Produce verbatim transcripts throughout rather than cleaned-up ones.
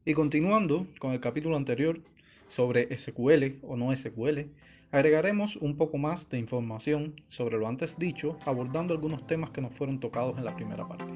Y continuando con el capítulo anterior sobre S Q L o no S Q L, agregaremos un poco más de información sobre lo antes dicho, abordando algunos temas que nos fueron tocados en la primera parte.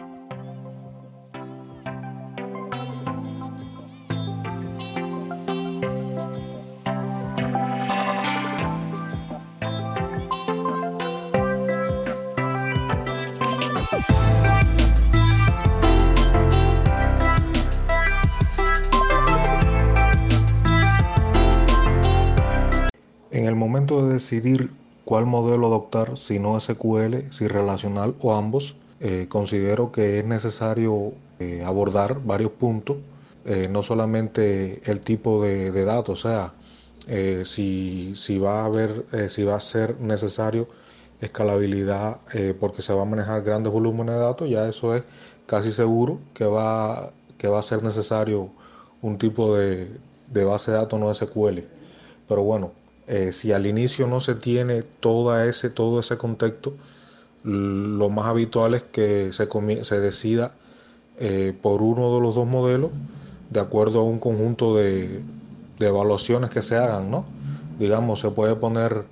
En el momento de decidir cuál modelo adoptar, si no S Q L, si relacional o ambos, eh, considero que es necesario eh, abordar varios puntos, eh, no solamente el tipo de, de datos, o sea, eh, si, si va a haber, eh, si va a ser necesario escalabilidad eh, porque se va a manejar grandes volúmenes de datos, ya eso es casi seguro que va, que va a ser necesario un tipo de, de base de datos no S Q L. Pero bueno, eh, si al inicio no se tiene toda ese, todo ese contexto, lo más habitual es que se, se decida eh, por uno de los dos modelos de acuerdo a un conjunto de, de evaluaciones que se hagan, ¿no? Digamos, se puede poner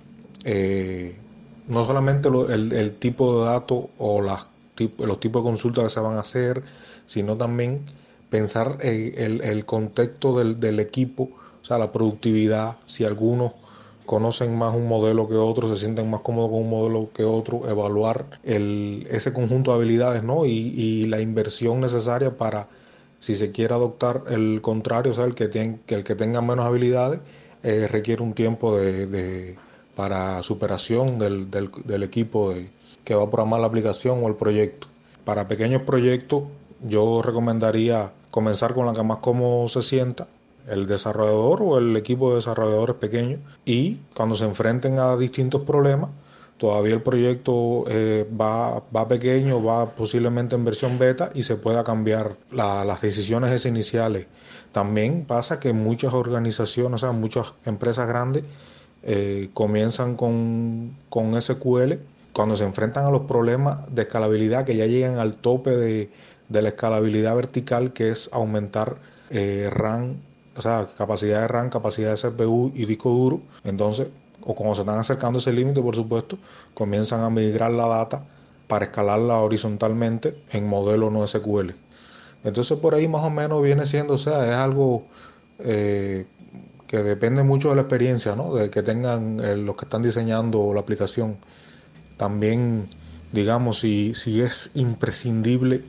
eh, no solamente lo, el, el, tipo de datos o las, los tipos de consultas que se van a hacer, sino también pensar el, el, el contexto del, del equipo, o sea, la productividad, si algunos conocen más un modelo que otro, se sienten más cómodos con un modelo que otro, evaluar el, ese conjunto de habilidades, ¿no? Y, y la inversión necesaria para, si se quiere adoptar el contrario, o sea, el que, ten, que, el que tenga menos habilidades, eh, requiere un tiempo de, de para superación del, del, del equipo de, que va a programar la aplicación o el proyecto. Para pequeños proyectos yo recomendaría comenzar con la que más cómodo se sienta, el desarrollador o el equipo de desarrolladores pequeños, y cuando se enfrenten a distintos problemas, todavía el proyecto eh, va, va pequeño, va posiblemente en versión beta y se pueda cambiar la, las decisiones iniciales. También pasa que muchas organizaciones, o sea, muchas empresas grandes eh, comienzan con, con S Q L cuando se enfrentan a los problemas de escalabilidad que ya llegan al tope de, de la escalabilidad vertical, que es aumentar eh, RAM, o sea, capacidad de RAM, capacidad de C P U y disco duro. Entonces, o cuando se están acercando a ese límite, por supuesto, comienzan a migrar la data para escalarla horizontalmente en modelo no S Q L. Entonces por ahí más o menos viene siendo, o sea, es algo eh, que depende mucho de la experiencia, ¿no? De que tengan eh, los que están diseñando la aplicación. También, digamos, si, si es imprescindible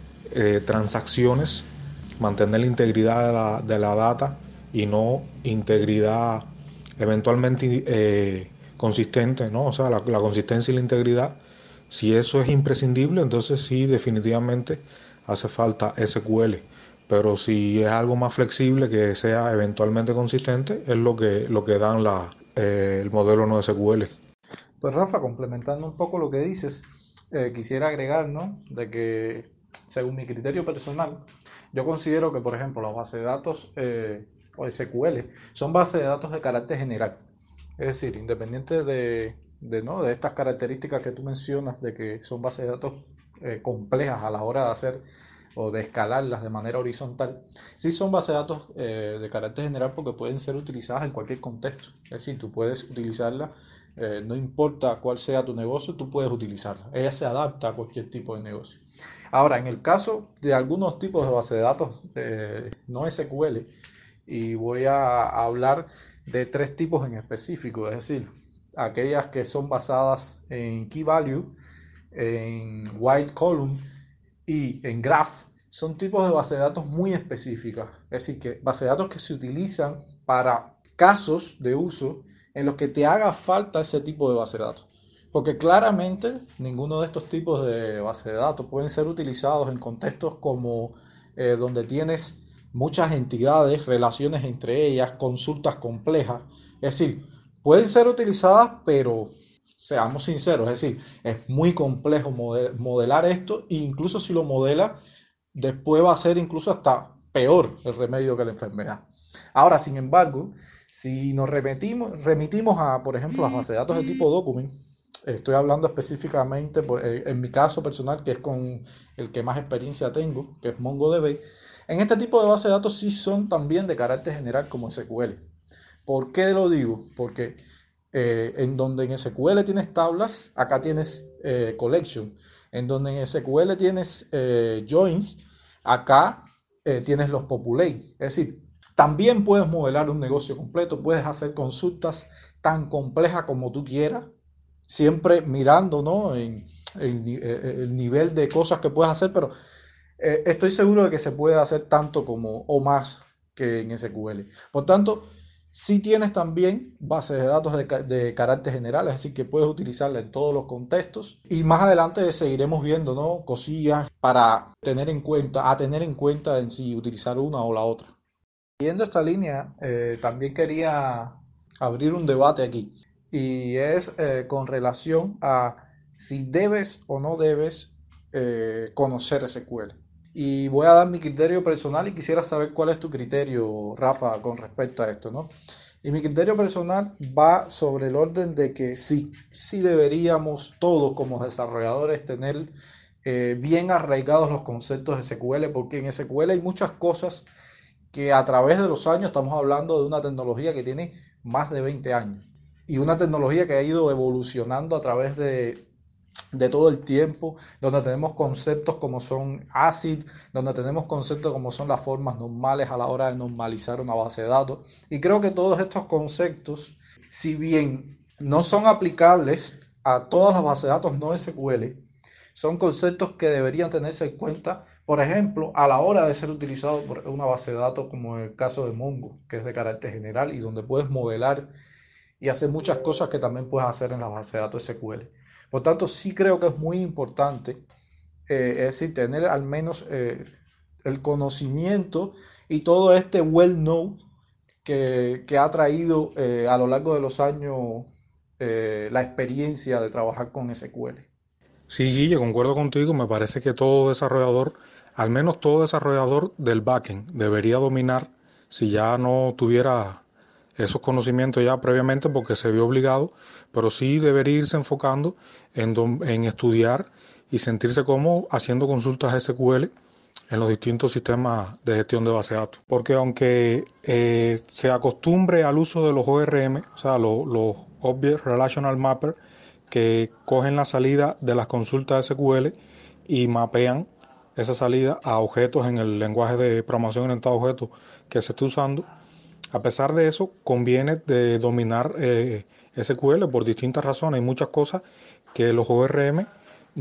eh, transacciones, mantener la integridad de la, de la data y no integridad eventualmente eh, consistente, ¿no? O sea, la, la consistencia y la integridad. Si eso es imprescindible, entonces sí, definitivamente hace falta S Q L. Pero si es algo más flexible que sea eventualmente consistente, es lo que, lo que dan la, eh, el modelo no S Q L. Pues Rafa, complementando un poco lo que dices, eh, quisiera agregar, ¿no? De que, según mi criterio personal, yo considero que, por ejemplo, las bases de datos eh, o S Q L son bases de datos de carácter general. Es decir, independiente de, de, ¿no? de estas características que tú mencionas, de que son bases de datos eh, complejas a la hora de hacer o de escalarlas de manera horizontal, sí son bases de datos eh, de carácter general porque pueden ser utilizadas en cualquier contexto. Es decir, tú puedes utilizarlas, eh, no importa cuál sea tu negocio, tú puedes utilizarla. Ella se adapta a cualquier tipo de negocio. Ahora, en el caso de algunos tipos de bases de datos eh, no S Q L, y voy a hablar de tres tipos en específico, es decir, aquellas que son basadas en key value, en white column y en graph, son tipos de bases de datos muy específicas, es decir, que bases de datos que se utilizan para casos de uso en los que te haga falta ese tipo de base de datos. Porque claramente ninguno de estos tipos de base de datos pueden ser utilizados en contextos como eh, donde tienes muchas entidades, relaciones entre ellas, consultas complejas. Es decir, pueden ser utilizadas, pero seamos sinceros, es decir, es muy complejo modelar esto e incluso si lo modela, después va a ser incluso hasta peor el remedio que la enfermedad. Ahora, sin embargo, si nos remitimos, remitimos a, por ejemplo, las bases de datos de tipo document, estoy hablando específicamente por, eh, en mi caso personal, que es con el que más experiencia tengo, que es MongoDB. En este tipo de bases de datos sí son también de carácter general como S Q L. ¿Por qué lo digo? Porque eh, en donde en S Q L tienes tablas, acá tienes eh, collection. En donde en S Q L tienes eh, joins, acá eh, tienes los populate. Es decir, también puedes modelar un negocio completo, puedes hacer consultas tan complejas como tú quieras, siempre mirando, ¿no? en, en, eh, el nivel de cosas que puedes hacer, pero eh, estoy seguro de que se puede hacer tanto como o más que en S Q L. Por tanto, si tienes también bases de datos de, de carácter general, es decir, que puedes utilizarla en todos los contextos. Y más adelante seguiremos viendo, ¿no? Cosillas para tener en cuenta, a tener en cuenta en si utilizar una o la otra. Siguiendo esta línea, eh, también quería abrir un debate aquí y es eh, con relación a si debes o no debes eh, conocer S Q L. Y voy a dar mi criterio personal y quisiera saber cuál es tu criterio, Rafa, con respecto a esto, ¿no? Y mi criterio personal va sobre el orden de que sí, sí deberíamos todos como desarrolladores tener eh, bien arraigados los conceptos de S Q L, porque en S Q L hay muchas cosas que a través de los años estamos hablando de una tecnología que tiene más de veinte años y una tecnología que ha ido evolucionando a través de, de todo el tiempo, donde tenemos conceptos como son ACID, donde tenemos conceptos como son las formas normales a la hora de normalizar una base de datos. Y creo que todos estos conceptos, si bien no son aplicables a todas las bases de datos no S Q L, son conceptos que deberían tenerse en cuenta, por ejemplo, a la hora de ser utilizado por una base de datos como el caso de Mongo, que es de carácter general y donde puedes modelar y hacer muchas cosas que también puedes hacer en la base de datos S Q L. Por tanto, sí creo que es muy importante, eh, es decir, tener al menos eh, el conocimiento y todo este well-know que, que, ha traído eh, a lo largo de los años eh, la experiencia de trabajar con S Q L. Sí, Guille, concuerdo contigo. Me parece que todo desarrollador, al menos todo desarrollador del backend, debería dominar, si ya no tuviera esos conocimientos ya previamente porque se vio obligado, pero sí debería irse enfocando en, dom- en estudiar y sentirse cómodo haciendo consultas S Q L en los distintos sistemas de gestión de base de datos. Porque aunque eh, se acostumbre al uso de los O R M, o sea, los, los Object Relational Mapper, que cogen la salida de las consultas S Q L y mapean esa salida a objetos en el lenguaje de programación orientada a objetos que se está usando. A pesar de eso, conviene de dominar eh, S Q L por distintas razones. Hay muchas cosas que los O R M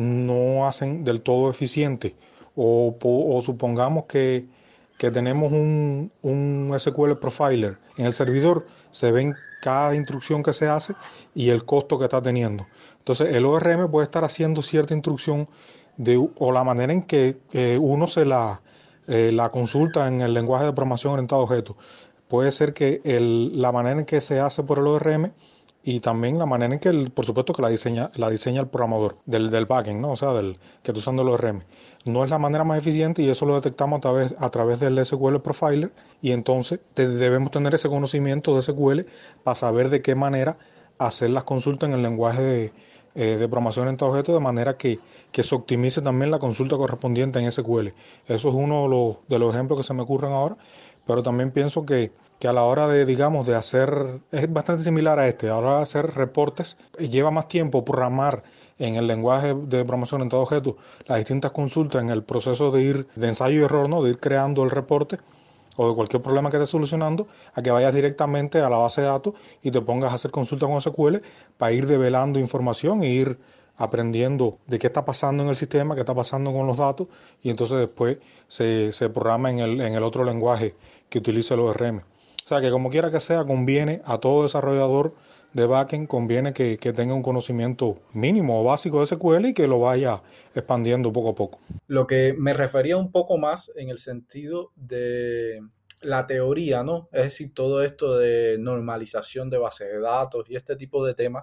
no hacen del todo eficiente. O, o supongamos que, que tenemos un, un S Q L profiler en el servidor, se ven cada instrucción que se hace y el costo que está teniendo. Entonces el O R M puede estar haciendo cierta instrucción de, o la manera en que, que uno se la, eh, la consulta en el lenguaje de programación orientado a objetos. Puede ser que el, la manera en que se hace por el O R M y también la manera en que, el, por supuesto, que la diseña, la diseña el programador del, del backend, ¿no? O sea, del que está usando el O R M. No es la manera más eficiente y eso lo detectamos a través, a través del S Q L Profiler y entonces te, debemos tener ese conocimiento de S Q L para saber de qué manera hacer las consultas en el lenguaje de, eh, de programación orientada a objetos de manera que, que se optimice también la consulta correspondiente en S Q L. Eso es uno de los, de los ejemplos que se me ocurren ahora, pero también pienso que, que a la hora de, digamos, de hacer, es bastante similar a este, a la hora de hacer reportes, lleva más tiempo programar en el lenguaje de programación orientada a objetos las distintas consultas en el proceso de ir de ensayo y error, ¿no? De ir creando el reporte o de cualquier problema que estés solucionando, a que vayas directamente a la base de datos y te pongas a hacer consultas con S Q L para ir develando información e ir aprendiendo de qué está pasando en el sistema, qué está pasando con los datos, y entonces después se, se programa en el, en el otro lenguaje que utiliza el O R M. O sea que como quiera que sea, conviene a todo desarrollador de backend, conviene que, que tenga un conocimiento mínimo o básico de S Q L y que lo vaya expandiendo poco a poco. Lo que me refería un poco más en el sentido de la teoría, ¿no? Es decir, todo esto de normalización de bases de datos y este tipo de temas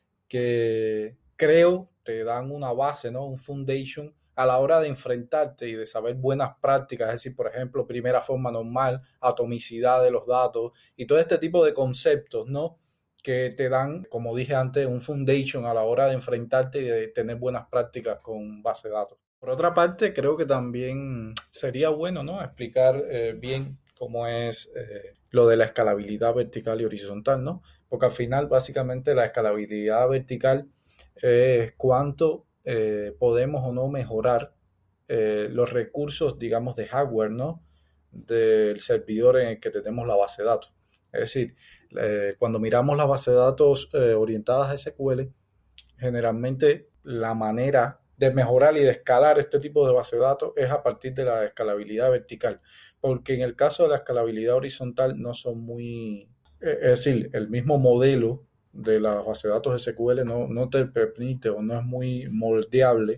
que creo te dan una base, ¿no? Un foundation a la hora de enfrentarte y de saber buenas prácticas, es decir, por ejemplo, primera forma normal, atomicidad de los datos y todo este tipo de conceptos, ¿no? Que te dan, como dije antes, un foundation a la hora de enfrentarte y de tener buenas prácticas con base de datos. Por otra parte, creo que también sería bueno, ¿no? Explicar eh, bien cómo es eh, lo de la escalabilidad vertical y horizontal, ¿no? Porque al final, básicamente, la escalabilidad vertical es cuánto eh, podemos o no mejorar eh, los recursos, digamos, de hardware, ¿no? Del servidor en el que tenemos la base de datos. Es decir, eh, cuando miramos las bases de datos eh, orientadas a S Q L, generalmente la manera de mejorar y de escalar este tipo de base de datos es a partir de la escalabilidad vertical, porque en el caso de la escalabilidad horizontal no son muy, eh, es decir, el mismo modelo de la base de datos S Q L no, no te permite o no es muy moldeable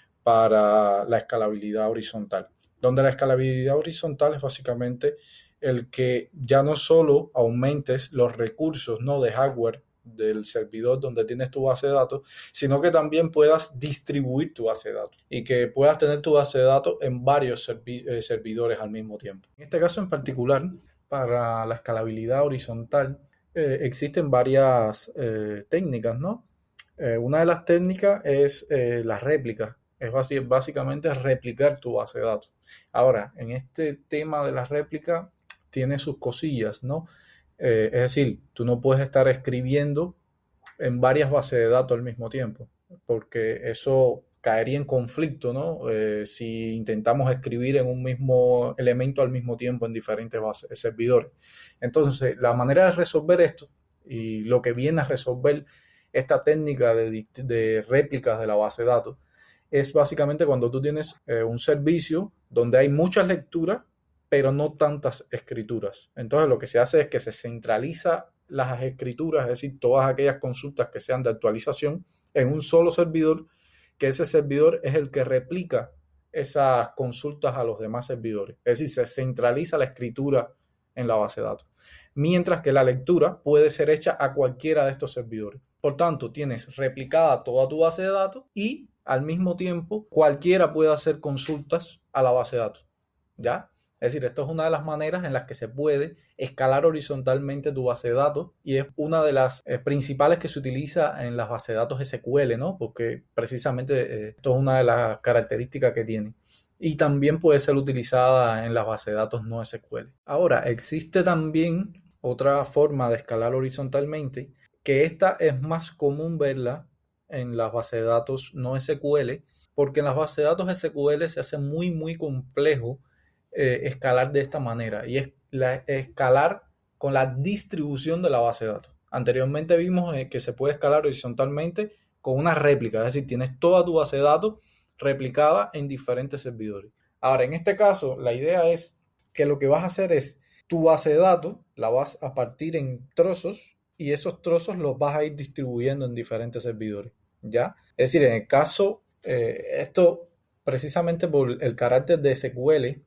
para la escalabilidad horizontal, donde la escalabilidad horizontal es básicamente el que ya no solo aumentes los recursos, ¿no?, de hardware del servidor donde tienes tu base de datos, sino que también puedas distribuir tu base de datos y que puedas tener tu base de datos en varios servi eh, servidores al mismo tiempo. En este caso en particular, para la escalabilidad horizontal, eh, existen varias eh, técnicas, ¿no? Eh, una de las técnicas es eh, la réplica, es básicamente replicar tu base de datos. Ahora, en este tema de la réplica tiene sus cosillas, ¿no? Eh, es decir, tú no puedes estar escribiendo en varias bases de datos al mismo tiempo, porque eso caería en conflicto, ¿no? Eh, si intentamos escribir en un mismo elemento al mismo tiempo en diferentes bases, servidores. Entonces, la manera de resolver esto y lo que viene a resolver esta técnica de, de réplicas de la base de datos es básicamente cuando tú tienes eh, un servicio donde hay muchas lecturas, pero no tantas escrituras. Entonces lo que se hace es que se centraliza las escrituras, es decir, todas aquellas consultas que sean de actualización en un solo servidor, que ese servidor es el que replica esas consultas a los demás servidores. Es decir, se centraliza la escritura en la base de datos, mientras que la lectura puede ser hecha a cualquiera de estos servidores. Por tanto, tienes replicada toda tu base de datos y al mismo tiempo cualquiera puede hacer consultas a la base de datos, ¿ya? Es decir, esto es una de las maneras en las que se puede escalar horizontalmente tu base de datos y es una de las eh, principales que se utiliza en las bases de datos S Q L, ¿no? Porque precisamente eh, esto es una de las características que tiene. Y también puede ser utilizada en las bases de datos no S Q L. Ahora, existe también otra forma de escalar horizontalmente, que esta es más común verla en las bases de datos no S Q L, porque en las bases de datos S Q L se hace muy, muy complejo eh, escalar de esta manera, y es la, escalar con la distribución de la base de datos. Anteriormente vimos eh, que se puede escalar horizontalmente con una réplica, es decir, tienes toda tu base de datos replicada en diferentes servidores. Ahora, en este caso, la idea es que lo que vas a hacer es tu base de datos, la vas a partir en trozos y esos trozos los vas a ir distribuyendo en diferentes servidores, ¿ya? Es decir, en el caso, eh, esto precisamente por el carácter de S Q L,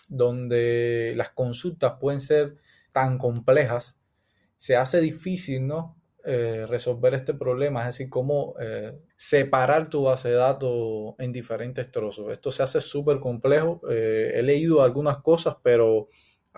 donde las consultas pueden ser tan complejas, se hace difícil, ¿no? Eh, resolver este problema, es decir, cómo eh, separar tu base de datos en diferentes trozos. Esto se hace súper complejo. Eh, he leído algunas cosas, pero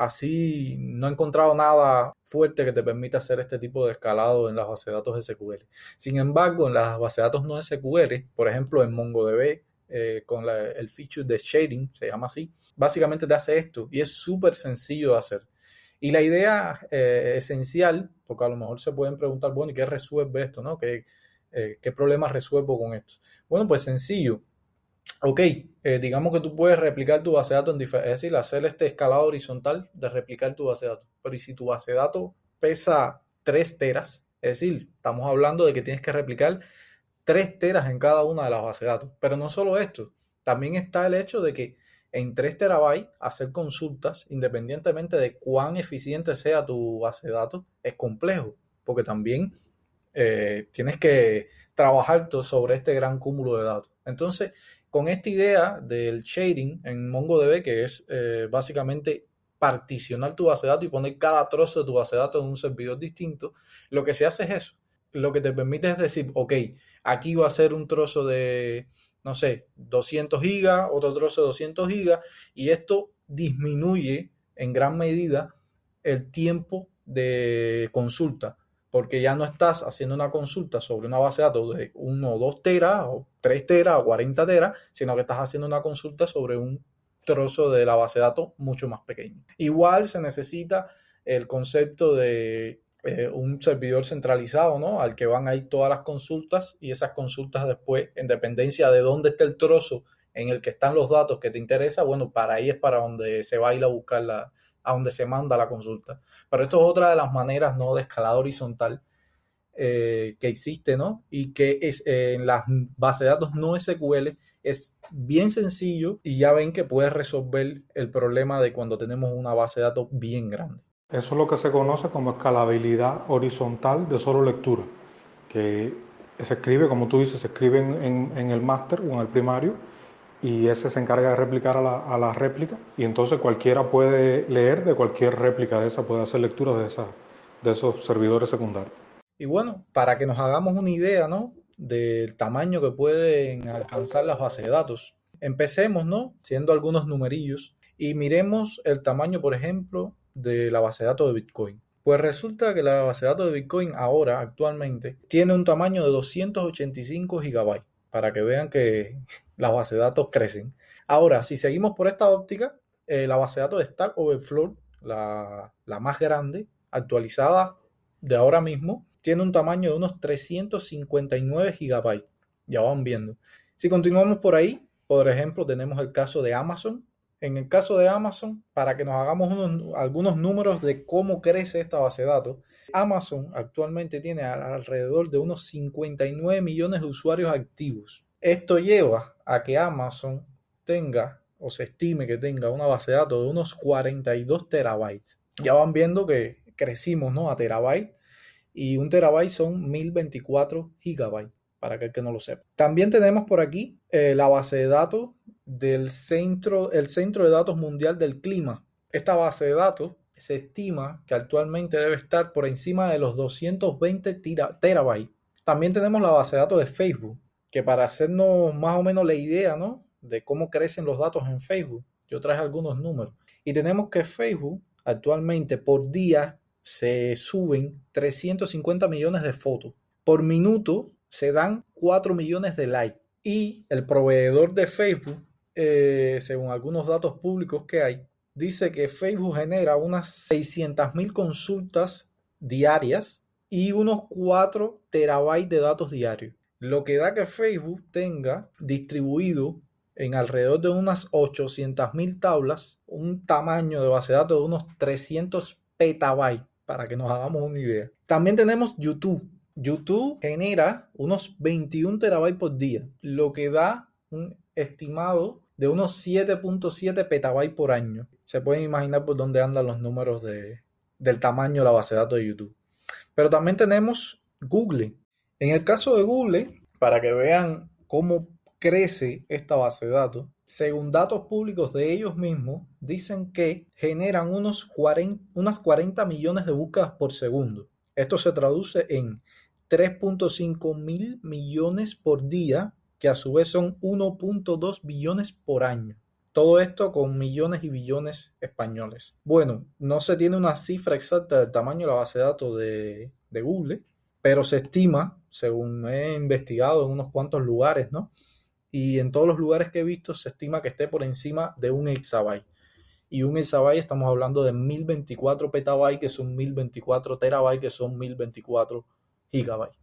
así no he encontrado nada fuerte que te permita hacer este tipo de escalado en las bases de datos S Q L. Sin embargo, en las bases de datos no S Q L, por ejemplo en MongoDB, eh, con la, el feature de shading, se llama así, básicamente te hace esto y es súper sencillo de hacer. Y la idea eh, esencial, porque a lo mejor se pueden preguntar, bueno, ¿y qué resuelve esto, no? ¿Qué, eh, ¿Qué problemas resuelvo con esto? Bueno, pues sencillo. Ok, eh, digamos que tú puedes replicar tu base de datos, en es decir, hacer este escalado horizontal de replicar tu base de datos. Pero ¿y si tu base de datos pesa tres teras? Es decir, estamos hablando de que tienes que replicar tres teras en cada una de las bases de datos. Pero no solo esto, también está el hecho de que en tres terabytes hacer consultas, independientemente de cuán eficiente sea tu base de datos, es complejo, porque también eh, tienes que trabajar sobre este gran cúmulo de datos. Entonces, con esta idea del shading en MongoDB, que es eh, básicamente particionar tu base de datos y poner cada trozo de tu base de datos en un servidor distinto, lo que se hace es eso. Lo que te permite es decir, ok, aquí va a ser un trozo de, no sé, doscientos gigas, otro trozo de doscientos gigas, y esto disminuye en gran medida el tiempo de consulta, porque ya no estás haciendo una consulta sobre una base de datos de uno o dos teras, o tres teras, o cuarenta teras, sino que estás haciendo una consulta sobre un trozo de la base de datos mucho más pequeño. Igual se necesita el concepto de eh, un servidor centralizado, ¿no? Al que van a ir todas las consultas, y esas consultas después, en dependencia de dónde esté el trozo en el que están los datos que te interesa, bueno, para ahí es para donde se va a ir a buscar la, a donde se manda la consulta. Pero esto es otra de las maneras, ¿no?, de escalada horizontal eh, que existe, ¿no? Y que es eh, en las bases de datos no S Q L es bien sencillo, y ya ven que puedes resolver el problema de cuando tenemos una base de datos bien grande. Eso es lo que se conoce como escalabilidad horizontal de solo lectura, que se escribe, como tú dices, se escribe en, en, en el máster o en el primario, y ese se encarga de replicar a la, a la réplica, y entonces cualquiera puede leer de cualquier réplica de esa, puede hacer lectura de, esa, de esos servidores secundarios. Y bueno, para que nos hagamos una idea, ¿no?, del tamaño que pueden alcanzar las bases de datos, empecemos, ¿no?, siendo algunos numerillos, y miremos el tamaño, por ejemplo, de la base de datos de Bitcoin. Pues resulta que la base de datos de Bitcoin ahora, actualmente, tiene un tamaño de doscientos ochenta y cinco gigabytes, para que vean que las bases de datos crecen. Ahora, si seguimos por esta óptica, eh, la base de datos de Stack Overflow, la, la más grande, actualizada de ahora mismo, tiene un tamaño de unos trescientos cincuenta y nueve gigabytes. Ya van viendo. Si continuamos por ahí, por ejemplo, tenemos el caso de Amazon. En el caso de Amazon, para que nos hagamos unos, algunos números de cómo crece esta base de datos, Amazon actualmente tiene alrededor de unos cincuenta y nueve millones de usuarios activos. Esto lleva a que Amazon tenga, o se estime que tenga, una base de datos de unos cuarenta y dos terabytes. Ya van viendo que crecimos, ¿no?, a terabytes, y un terabyte son mil veinticuatro gigabytes, para aquel que no lo sepa. También tenemos por aquí eh, la base de datos del centro, el Centro de Datos Mundial del Clima. Esta base de datos se estima que actualmente debe estar por encima de los doscientos veinte terabytes. También tenemos la base de datos de Facebook, que para hacernos más o menos la idea, ¿no?, de cómo crecen los datos en Facebook, yo traje algunos números. Y tenemos que Facebook actualmente por día se suben trescientos cincuenta millones de fotos. Por minuto se dan cuatro millones de likes. Y el proveedor de Facebook, eh, según algunos datos públicos que hay, dice que Facebook genera unas seiscientas mil consultas diarias y unos cuatro terabytes de datos diarios. Lo que da que Facebook tenga distribuido en alrededor de unas ochocientas mil tablas un tamaño de base de datos de unos trescientos petabytes, para que nos hagamos una idea. También tenemos YouTube. YouTube genera unos veintiún terabytes por día, lo que da un estimado de unos siete punto siete petabytes por año. Se pueden imaginar por dónde andan los números de, del tamaño de la base de datos de YouTube. Pero también tenemos Google. En el caso de Google, para que vean cómo crece esta base de datos, según datos públicos de ellos mismos, dicen que generan unos cuarenta, unas cuarenta millones de búsquedas por segundo. Esto se traduce en tres punto cinco mil millones por día, que a su vez son uno punto dos billones por año. Todo esto con millones y billones españoles. Bueno, no se tiene una cifra exacta del tamaño de la base de datos de, de Google, pero se estima, según he investigado en unos cuantos lugares, ¿no?, y en todos los lugares que he visto se estima que esté por encima de un exabyte. Y un exabyte estamos hablando de mil veinticuatro petabytes, que son mil veinticuatro terabytes, que son mil veinticuatro gigabytes.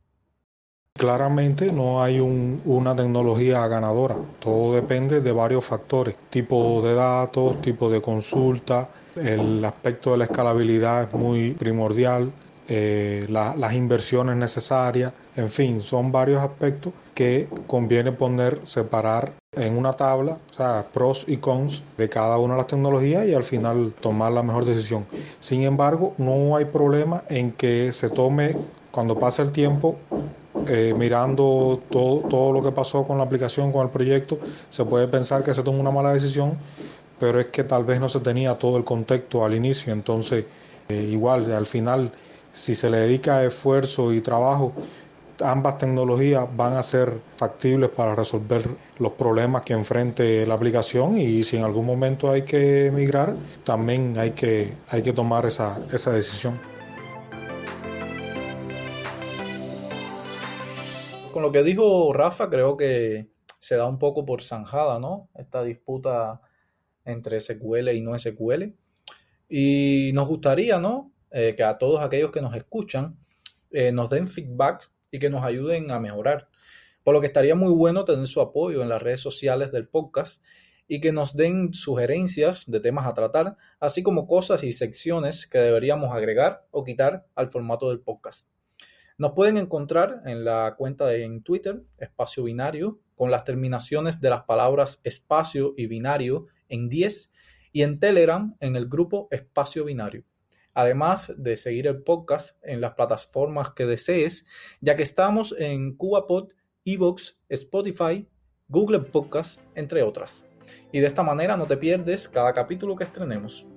Claramente no hay un, una tecnología ganadora, todo depende de varios factores, tipo de datos, tipo de consulta, el aspecto de la escalabilidad es muy primordial, eh, la, las inversiones necesarias, en fin, son varios aspectos que conviene poner, separar en una tabla, o sea, pros y cons de cada una de las tecnologías, y al final tomar la mejor decisión. Sin embargo, no hay problema en que se tome, cuando pase el tiempo, eh, mirando todo, todo lo que pasó con la aplicación, con el proyecto, se puede pensar que se tomó una mala decisión, pero es que tal vez no se tenía todo el contexto al inicio. Entonces, eh, igual, al final, si se le dedica esfuerzo y trabajo, ambas tecnologías van a ser factibles para resolver los problemas que enfrente la aplicación, y si en algún momento hay que migrar, también hay que, hay que tomar esa, esa decisión. con lo que dijo Rafa, creo que se da un poco por zanjada, ¿no? Esta disputa entre S Q L y no S Q L. Y nos gustaría, ¿no? Eh, que a todos aquellos que nos escuchan eh, nos den feedback y que nos ayuden a mejorar. Por lo que estaría muy bueno tener su apoyo en las redes sociales del podcast y que nos den sugerencias de temas a tratar, así como cosas y secciones que deberíamos agregar o quitar al formato del podcast. Nos pueden encontrar en la cuenta de en Twitter, Espacio Binario, con las terminaciones de las palabras espacio y binario en diez, y en Telegram en el grupo Espacio Binario. Además de seguir el podcast en las plataformas que desees, ya que estamos en CubaPod, Evox, Spotify, Google Podcast, entre otras. Y de esta manera no te pierdes cada capítulo que estrenemos.